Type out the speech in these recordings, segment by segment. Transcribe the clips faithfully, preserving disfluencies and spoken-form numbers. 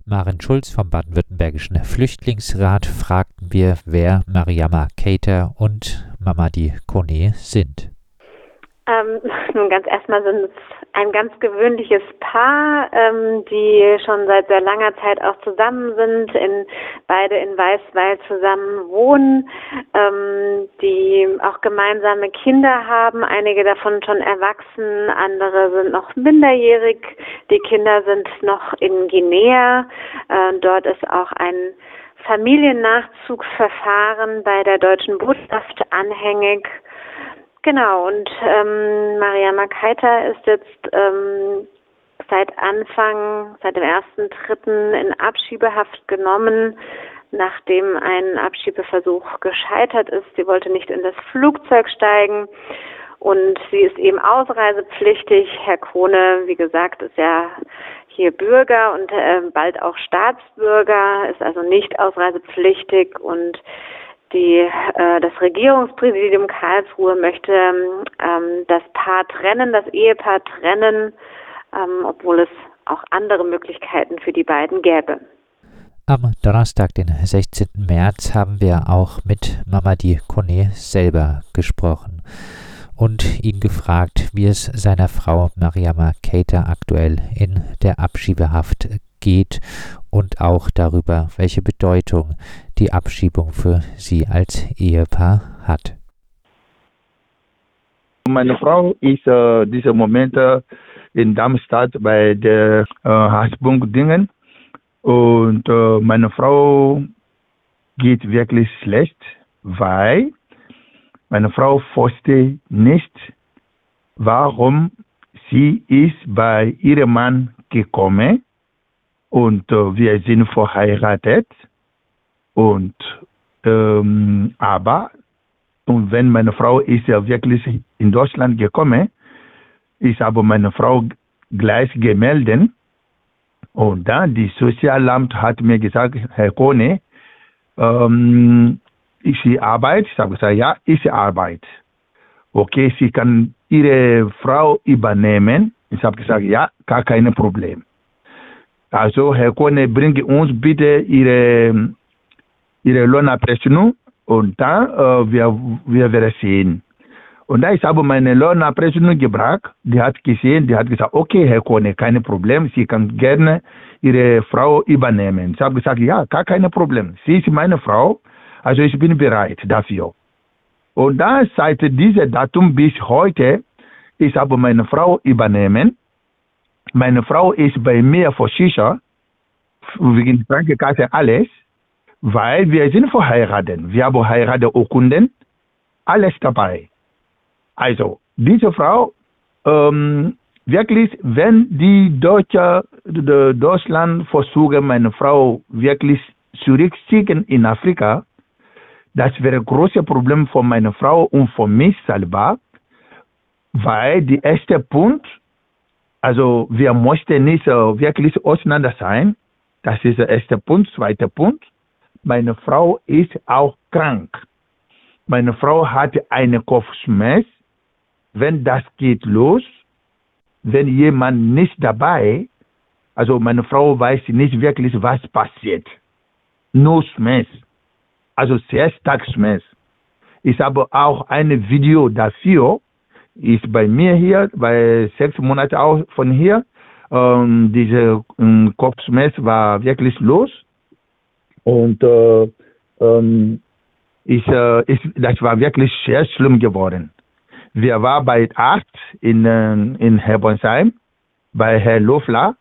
Maren Schulz vom Baden-Württembergischen Flüchtlingsrat fragten wir, wer Mariama Keita und Mamadi Kone sind. Ähm, nun ganz erstmal sind es ein ganz gewöhnliches Paar, ähm, die schon seit sehr langer Zeit auch zusammen sind, in, beide in Weißweil zusammen wohnen, ähm, die auch gemeinsame Kinder haben, einige davon schon erwachsen, andere sind noch minderjährig, die Kinder sind noch in Guinea, äh, dort ist auch ein Familiennachzugsverfahren bei der deutschen Botschaft anhängig. Genau, und ähm, Mariama Keita ist jetzt ähm, seit Anfang, seit dem ersten Dritten in Abschiebehaft genommen, nachdem ein Abschiebeversuch gescheitert ist. Sie wollte nicht in das Flugzeug steigen und sie ist eben ausreisepflichtig. Herr Kone, wie gesagt, ist ja hier Bürger und äh, bald auch Staatsbürger, ist also nicht ausreisepflichtig und Die, äh, das Regierungspräsidium Karlsruhe möchte ähm, das Paar trennen, das Ehepaar trennen, ähm, obwohl es auch andere Möglichkeiten für die beiden gäbe. Am Donnerstag, den sechzehnten März, haben wir auch mit Mamadi Kone selber gesprochen und ihn gefragt, wie es seiner Frau Mariama Keita aktuell in der Abschiebehaft geht und auch darüber, welche Bedeutung die Abschiebung für sie als Ehepaar hat. Meine Frau ist äh, diesen Moment äh, in Darmstadt bei der äh, Hasbung-Dingen und äh, meine Frau geht wirklich schlecht, weil meine Frau wusste nicht, warum sie ist bei ihrem Mann gekommen und äh, wir sind verheiratet und ähm, aber und wenn meine Frau ist ja wirklich in Deutschland gekommen, ist aber meine Frau gleich gemeldet und dann die Sozialamt hat mir gesagt, Herr Kone, ähm, ist sie Arbeit? Ich habe gesagt, ja, ist Arbeit. Okay, sie kann ihre Frau übernehmen. Ich habe gesagt, ja, gar kein Problem. Also, Herr Kone, bringe uns bitte Ihre, ihre Lohnabrechnung und dann äh, wir, wir werden sehen. Und da ich habe meine Lohnabrechnung gebracht, die hat gesehen, die hat gesagt, okay, Herr Kone, kein Problem, Sie kann gerne Ihre Frau übernehmen. Ich habe gesagt, ja, gar kein Problem. Sie ist meine Frau, also ich bin bereit dafür. Und dann seit diesem Datum bis heute, ich habe meine Frau übernehmen. Meine Frau ist bei mir für Shisha, wegen Krankenkasse alles, weil wir sind verheiratet. Wir haben Heiratsurkunden, alles dabei. Also, diese Frau, ähm, wirklich, wenn die Deutsche, die Deutschland versuchen, meine Frau wirklich zurückzuschicken in Afrika, das wäre ein großes Problem für meine Frau und für mich selber, weil der erste Punkt, also wir möchten nicht uh, wirklich auseinander sein, das ist der erste Punkt. Zweiter Punkt, meine Frau ist auch krank. Meine Frau hat einen Kopfschmerz. Wenn das geht los, wenn jemand nicht dabei, also meine Frau weiß nicht wirklich, was passiert. Nur Schmerz. Also sehr stark Schmerz. Ich habe auch ein Video dafür, ist bei mir hier, bei sechs Monaten auch von hier. Ähm, diese ähm, Kopfschmerz war wirklich los. Und äh, ähm, ich, äh, ich, das war wirklich sehr schlimm geworden. Wir waren bei Arzt in, äh, in Herbonsheim, bei Herrn Lofler.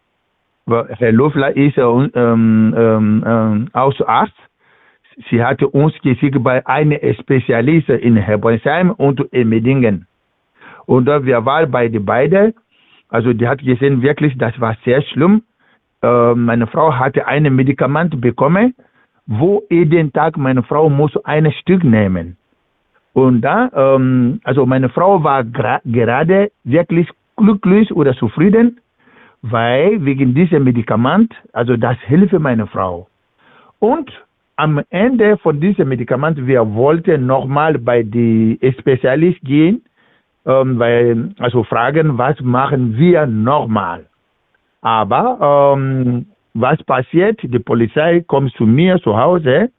Herr Lofler ist äh, ähm, ähm, auch Arzt. Sie hatte uns geschickt bei einem Spezialisten in Herbonsheim und in Medingen. Und äh, wir waren bei den beiden. Also die hat gesehen, wirklich, das war sehr schlimm. Äh, meine Frau hatte ein Medikament bekommen, wo jeden Tag meine Frau muss ein Stück nehmen. Und da, ähm, also meine Frau war gerade wirklich glücklich oder zufrieden, weil wegen diesem Medikament, also das hilft meine Frau. Und am Ende von diesem Medikament, wir wollten nochmal bei den Spezialisten gehen, ähm, weil, also fragen, was machen wir nochmal. Aber ähm, was passiert? Die Polizei kommt zu mir zu Hause.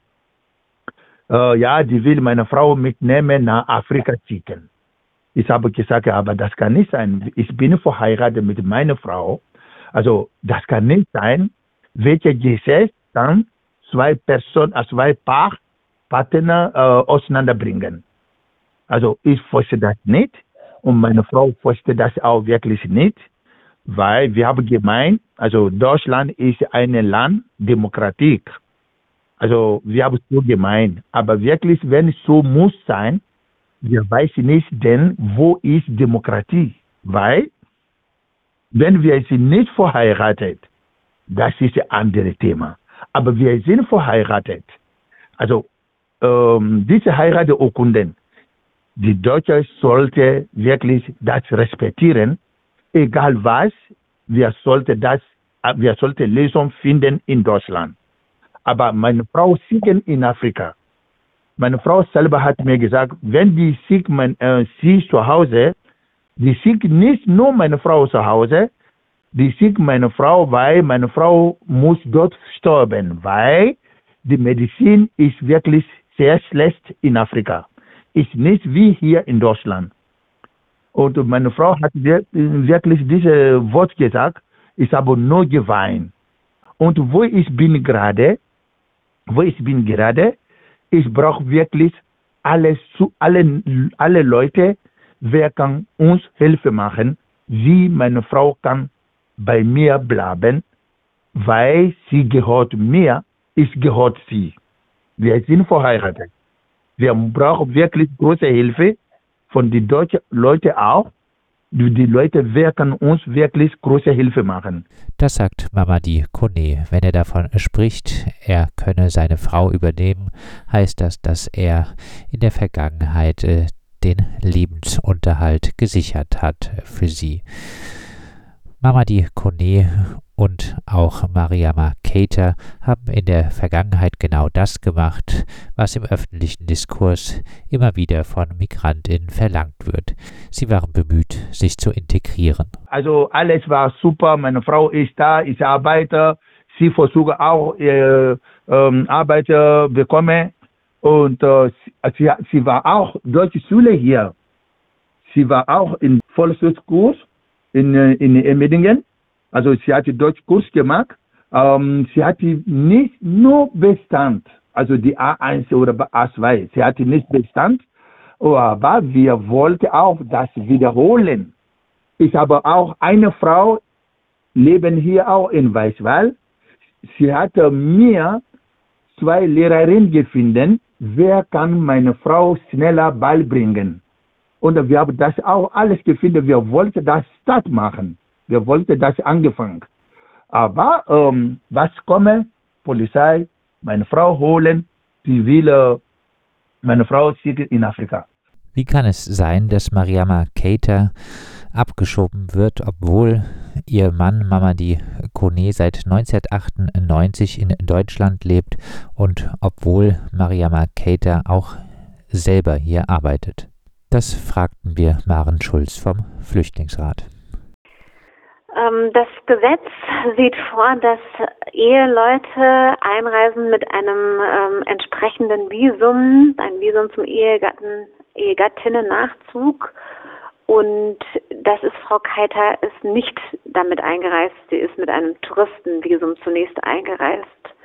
Äh, ja, die will meine Frau mitnehmen nach Afrika schicken. Ich habe gesagt, aber das kann nicht sein. Ich bin verheiratet mit meiner Frau. Also das kann nicht sein. Welche Gesetz dann zwei Personen, also zwei Paar, Partner äh, auseinanderbringen? Also ich wusste das nicht und meine Frau wusste das auch wirklich nicht, weil wir haben gemeint, also Deutschland ist ein Land Demokratie. Also wir haben so gemeint, aber wirklich, wenn es so muss sein, wir wissen nicht, denn wo ist Demokratie? Weil, wenn wir sind nicht verheiratet, das ist ein anderes Thema. Aber wir sind verheiratet. Also ähm, diese Heiratsurkunden, die Deutsche sollte wirklich das respektieren, egal was, wir sollten das, wir sollten Lösung finden in Deutschland. Aber meine Frau sieht in Afrika. Meine Frau selber hat mir gesagt, wenn die sieht mein, äh, sie zu Hause, die sieht nicht nur meine Frau zu Hause, die sieht meine Frau, weil meine Frau muss dort sterben, weil die Medizin ist wirklich sehr schlecht in Afrika. Ist nicht wie hier in Deutschland. Und meine Frau hat wirklich dieses Wort gesagt, ich habe nur geweint. Und wo ich bin gerade, wo ich bin gerade, ich brauche wirklich alles zu, alle, alle Leute, wer kann uns Hilfe machen, wie meine Frau kann bei mir bleiben, weil sie gehört mir, ich gehört sie. Wir sind verheiratet. Wir brauchen wirklich große Hilfe von den deutschen Leuten auch. Die Leute werden uns wirklich große Hilfe machen. Das sagt Mamadi Kone. Wenn er davon spricht, er könne seine Frau übernehmen, heißt das, dass er in der Vergangenheit äh, den Lebensunterhalt gesichert hat für sie. Mamadi Kone und auch Mariama Keita haben in der Vergangenheit genau das gemacht, was im öffentlichen Diskurs immer wieder von Migrantinnen verlangt wird. Sie waren bemüht, sich zu integrieren. Also alles war super, meine Frau ist da, ich arbeite, sie versucht auch äh, ähm, Arbeit zu bekommen und äh, sie, sie war auch deutsche Schule hier. Sie war auch in Volksschulkurs in, in Emmendingen. Also sie hat Deutschkurs gemacht. Ähm, sie hatte nicht nur Bestand, also die A eins oder A zwei. Sie hatte nicht Bestand, aber wir wollten auch das wiederholen. Ich habe auch eine Frau, leben hier auch in Weißwall. Sie hatte mir zwei Lehrerinnen gefunden, wer kann meine Frau schneller beibringen. Und wir haben das auch alles gefunden. Wir wollten das Start machen. Wir wollten das angefangen. Aber ähm, was komme? Polizei, meine Frau holen, die will äh, meine Frau schicken in Afrika. Wie kann es sein, dass Mariama Keita abgeschoben wird, obwohl ihr Mann Mamadi Kone seit neunzehnhundertachtundneunzig in Deutschland lebt und obwohl Mariama Keita auch selber hier arbeitet? Das fragten wir Maren Schulz vom Flüchtlingsrat. Das Gesetz sieht vor, dass Eheleute einreisen mit einem ähm, entsprechenden Visum, ein Visum zum Ehegatten, Ehegattinnen-Nachzug. Und das ist Frau Keita ist nicht damit eingereist. Sie ist mit einem Touristenvisum zunächst eingereist.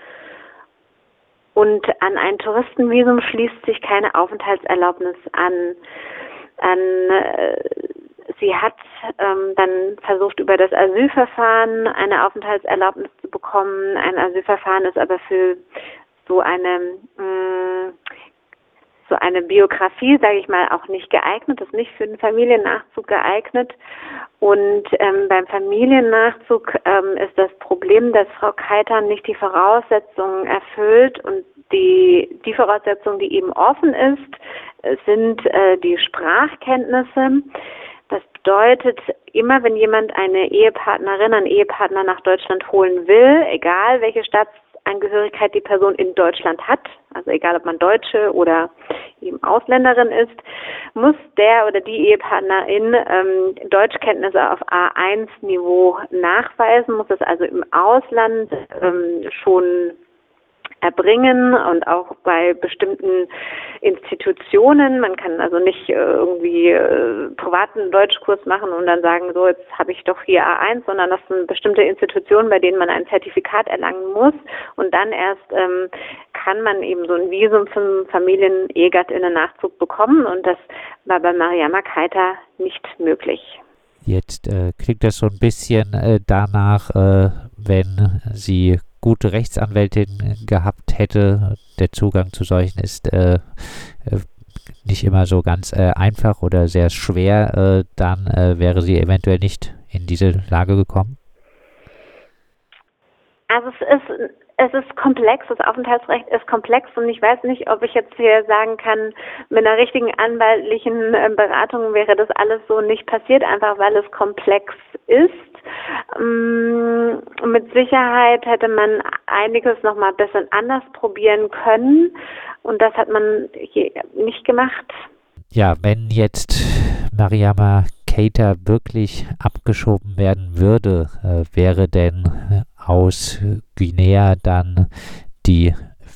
Und an ein Touristenvisum schließt sich keine Aufenthaltserlaubnis an. an äh, Sie hat ähm, dann versucht, über das Asylverfahren eine Aufenthaltserlaubnis zu bekommen. Ein Asylverfahren ist aber für so eine mh, so eine Biografie, sage ich mal, auch nicht geeignet, ist nicht für den Familiennachzug geeignet. Und ähm, beim Familiennachzug ähm, ist das Problem, dass Frau Keita nicht die Voraussetzungen erfüllt und die, die Voraussetzung, die eben offen ist, sind äh, die Sprachkenntnisse. Das bedeutet, immer wenn jemand eine Ehepartnerin, einen Ehepartner nach Deutschland holen will, egal welche Staats Staatsangehörigkeit die Person in Deutschland hat, also egal ob man Deutsche oder eben Ausländerin ist, muss der oder die Ehepartnerin ähm, Deutschkenntnisse auf A eins Niveau nachweisen, muss es also im Ausland ähm, schon erbringen und auch bei bestimmten Institutionen. Man kann also nicht äh, irgendwie äh, privaten Deutschkurs machen und dann sagen, so jetzt habe ich doch hier A eins, sondern das sind bestimmte Institutionen, bei denen man ein Zertifikat erlangen muss und dann erst ähm, kann man eben so ein Visum zum Familien-EhegattInnen-Nachzug bekommen und das war bei Mariama Keita nicht möglich. Jetzt äh, klingt das so ein bisschen äh, danach, äh, wenn sie gute Rechtsanwältin gehabt hätte. Der Zugang zu solchen ist äh, äh, nicht immer so ganz äh, einfach oder sehr schwer. Äh, dann äh, wäre sie eventuell nicht in diese Lage gekommen. Also es ist, es ist komplex, das Aufenthaltsrecht ist komplex und ich weiß nicht, ob ich jetzt hier sagen kann, mit einer richtigen anwaltlichen äh, Beratung wäre das alles so nicht passiert, einfach weil es komplex ist. Ähm, mit Sicherheit hätte man einiges nochmal ein bisschen anders probieren können und das hat man hier nicht gemacht. Ja, wenn jetzt Mariama Keita wirklich abgeschoben werden würde, äh, wäre denn aus Guinea dann die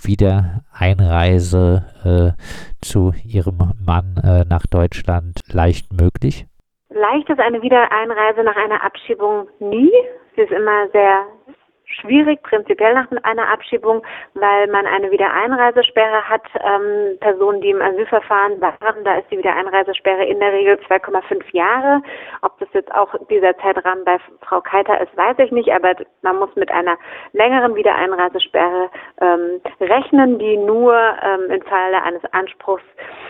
Wiedereinreise äh, zu ihrem Mann äh, nach Deutschland leicht möglich? Leicht ist eine Wiedereinreise nach einer Abschiebung nie. Sie ist immer sehr schwierig, prinzipiell nach einer Abschiebung, weil man eine Wiedereinreisesperre hat. Ähm, Personen, die im Asylverfahren waren, da ist die Wiedereinreisesperre in der Regel zwei Komma fünf Jahre. Ob das jetzt auch dieser Zeitrahmen bei Frau Keita ist, weiß ich nicht, aber man muss mit einer längeren Wiedereinreisesperre ähm, rechnen, die nur ähm, im Falle eines Anspruchs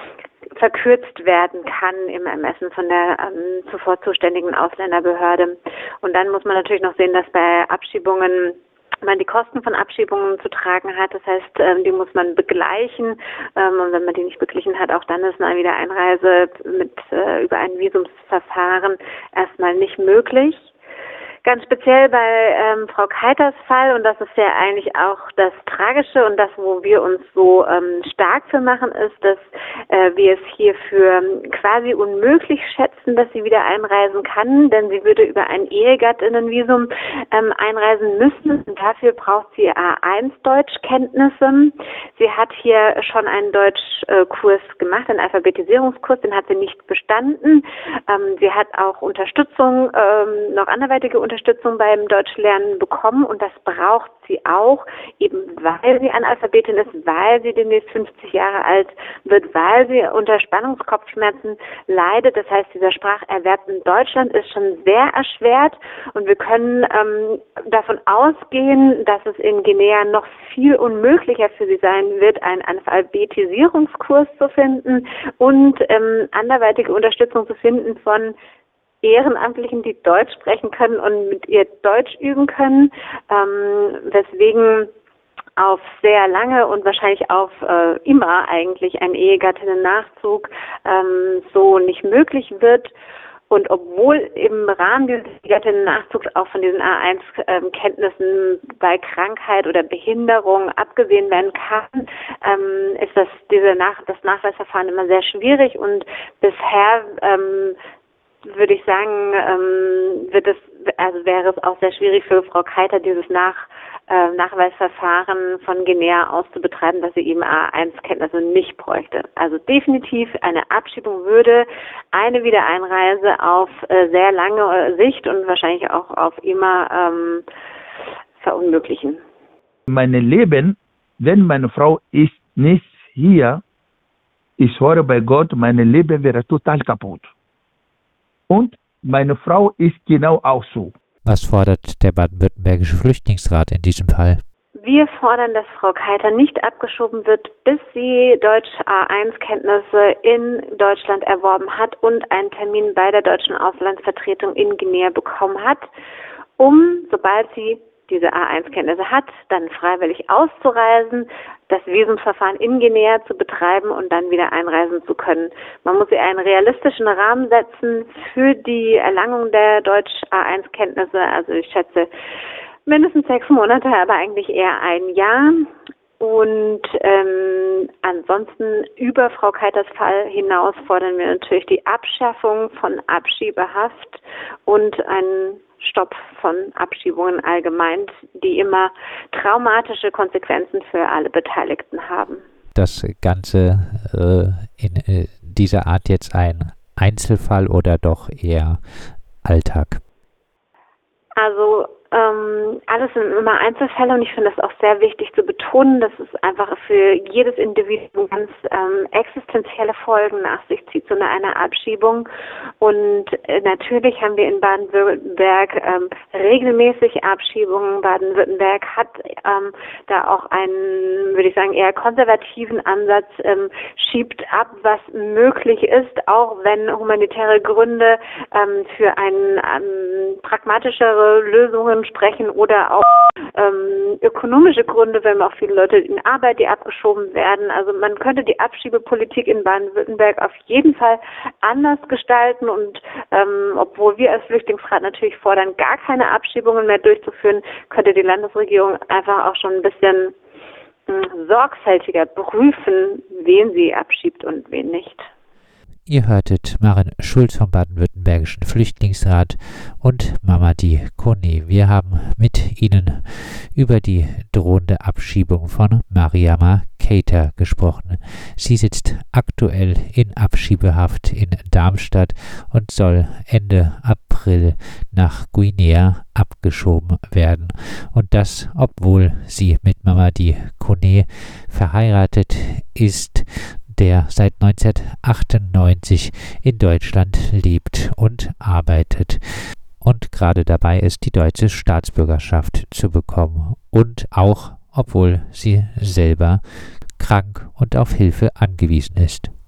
verkürzt werden kann im Ermessen von der ähm, zuvor zuständigen Ausländerbehörde. Und dann muss man natürlich noch sehen, dass bei Abschiebungen man die Kosten von Abschiebungen zu tragen hat. Das heißt, ähm, die muss man begleichen. Ähm, und wenn man die nicht beglichen hat, auch dann ist eine Wiedereinreise mit äh, über ein Visumsverfahren erstmal nicht möglich. Ganz speziell bei ähm, Frau Keitas Fall, und das ist ja eigentlich auch das Tragische und das, wo wir uns so ähm, stark für machen, ist, dass äh, wir es hier für quasi unmöglich schätzen, dass sie wieder einreisen kann, denn sie würde über ein Ehegattinnenvisum ähm, einreisen müssen. Und dafür braucht sie A eins Deutschkenntnisse. Sie hat hier schon einen Deutschkurs gemacht, einen Alphabetisierungskurs, den hat sie nicht bestanden. Ähm, sie hat auch Unterstützung, ähm, noch anderweitige Unterstützung Unterstützung beim Deutschlernen bekommen und das braucht sie auch, eben weil sie Analphabetin ist, weil sie demnächst fünfzig Jahre alt wird, weil sie unter Spannungskopfschmerzen leidet. Das heißt, dieser Spracherwerb in Deutschland ist schon sehr erschwert und wir können ähm, davon ausgehen, dass es in Guinea noch viel unmöglicher für sie sein wird, einen Alphabetisierungskurs zu finden und ähm, anderweitige Unterstützung zu finden von Ehrenamtlichen, die Deutsch sprechen können und mit ihr Deutsch üben können, ähm, weswegen auf sehr lange und wahrscheinlich auf äh, immer eigentlich ein Ehegattinnen-Nachzug ähm, so nicht möglich wird. Und obwohl im Rahmen dieses Ehegattinnen-Nachzugs auch von diesen A eins Kenntnissen bei Krankheit oder Behinderung abgesehen werden kann, ähm, ist das diese Nach- das Nachweisverfahren immer sehr schwierig und bisher ähm, würde ich sagen, ähm, wird es, also wäre es auch sehr schwierig für Frau Keita, dieses Nach, äh, Nachweisverfahren von Guinea aus zu betreiben, dass sie eben A eins Kenntnisse nicht bräuchte. Also definitiv eine Abschiebung würde eine Wiedereinreise auf äh, sehr lange Sicht und wahrscheinlich auch auf immer ähm, verunmöglichen. Mein Leben, wenn meine Frau ist nicht hier, ich schwöre bei Gott, mein Leben wäre total kaputt. Und meine Frau ist genau auch so. Was fordert der Baden-Württembergische Flüchtlingsrat in diesem Fall? Wir fordern, dass Frau Keita nicht abgeschoben wird, bis sie Deutsch A eins Kenntnisse in Deutschland erworben hat und einen Termin bei der deutschen Auslandsvertretung in Guinea bekommen hat, um, sobald sie diese A eins Kenntnisse hat, dann freiwillig auszureisen, das Visumsverfahren in Guinea zu betreiben und dann wieder einreisen zu können. Man muss ihr einen realistischen Rahmen setzen für die Erlangung der Deutsch A eins Kenntnisse. Also ich schätze, Mindestens sechs Monate, aber eigentlich eher ein Jahr. Und ähm, ansonsten über Frau Keiters Fall hinaus fordern wir natürlich die Abschaffung von Abschiebehaft und einen Stopp von Abschiebungen allgemein, die immer traumatische Konsequenzen für alle Beteiligten haben. Das Ganze äh, in äh, dieser Art jetzt ein Einzelfall oder doch eher Alltag? Also ähm, alles sind immer Einzelfälle und ich finde das auch sehr wichtig zu betonen, dass es einfach für jedes Individuum ganz ähm, existenzielle Folgen nach sich zieht, so eine, eine Abschiebung. Und äh, natürlich haben wir in Baden-Württemberg ähm, regelmäßig Abschiebungen. Baden-Württemberg hat ähm, da auch einen, würde ich sagen, eher konservativen Ansatz, ähm, schiebt ab, was möglich ist, auch wenn humanitäre Gründe ähm, für ein ähm, pragmatischere Lösungen sprechen oder auch ähm, ökonomische Gründe, wenn auch viele Leute in Arbeit, die abgeschoben werden. Also man könnte die Abschiebepolitik in Baden-Württemberg auf jeden Fall anders gestalten und ähm, obwohl wir als Flüchtlingsrat natürlich fordern, gar keine Abschiebungen mehr durchzuführen, könnte die Landesregierung einfach auch schon ein bisschen mh, sorgfältiger prüfen, wen sie abschiebt und wen nicht. Ihr hörtet Maren Schulz vom Baden-Württembergischen Flüchtlingsrat und Mamadi Kone. Wir haben mit Ihnen über die drohende Abschiebung von Mariama Keita gesprochen. Sie sitzt aktuell in Abschiebehaft in Darmstadt und soll Ende April nach Guinea abgeschoben werden. Und das, obwohl sie mit Mamadi Kone verheiratet ist, der seit neunzehnhundertachtundneunzig in Deutschland lebt und arbeitet und gerade dabei ist, die deutsche Staatsbürgerschaft zu bekommen und auch, obwohl sie selber krank und auf Hilfe angewiesen ist.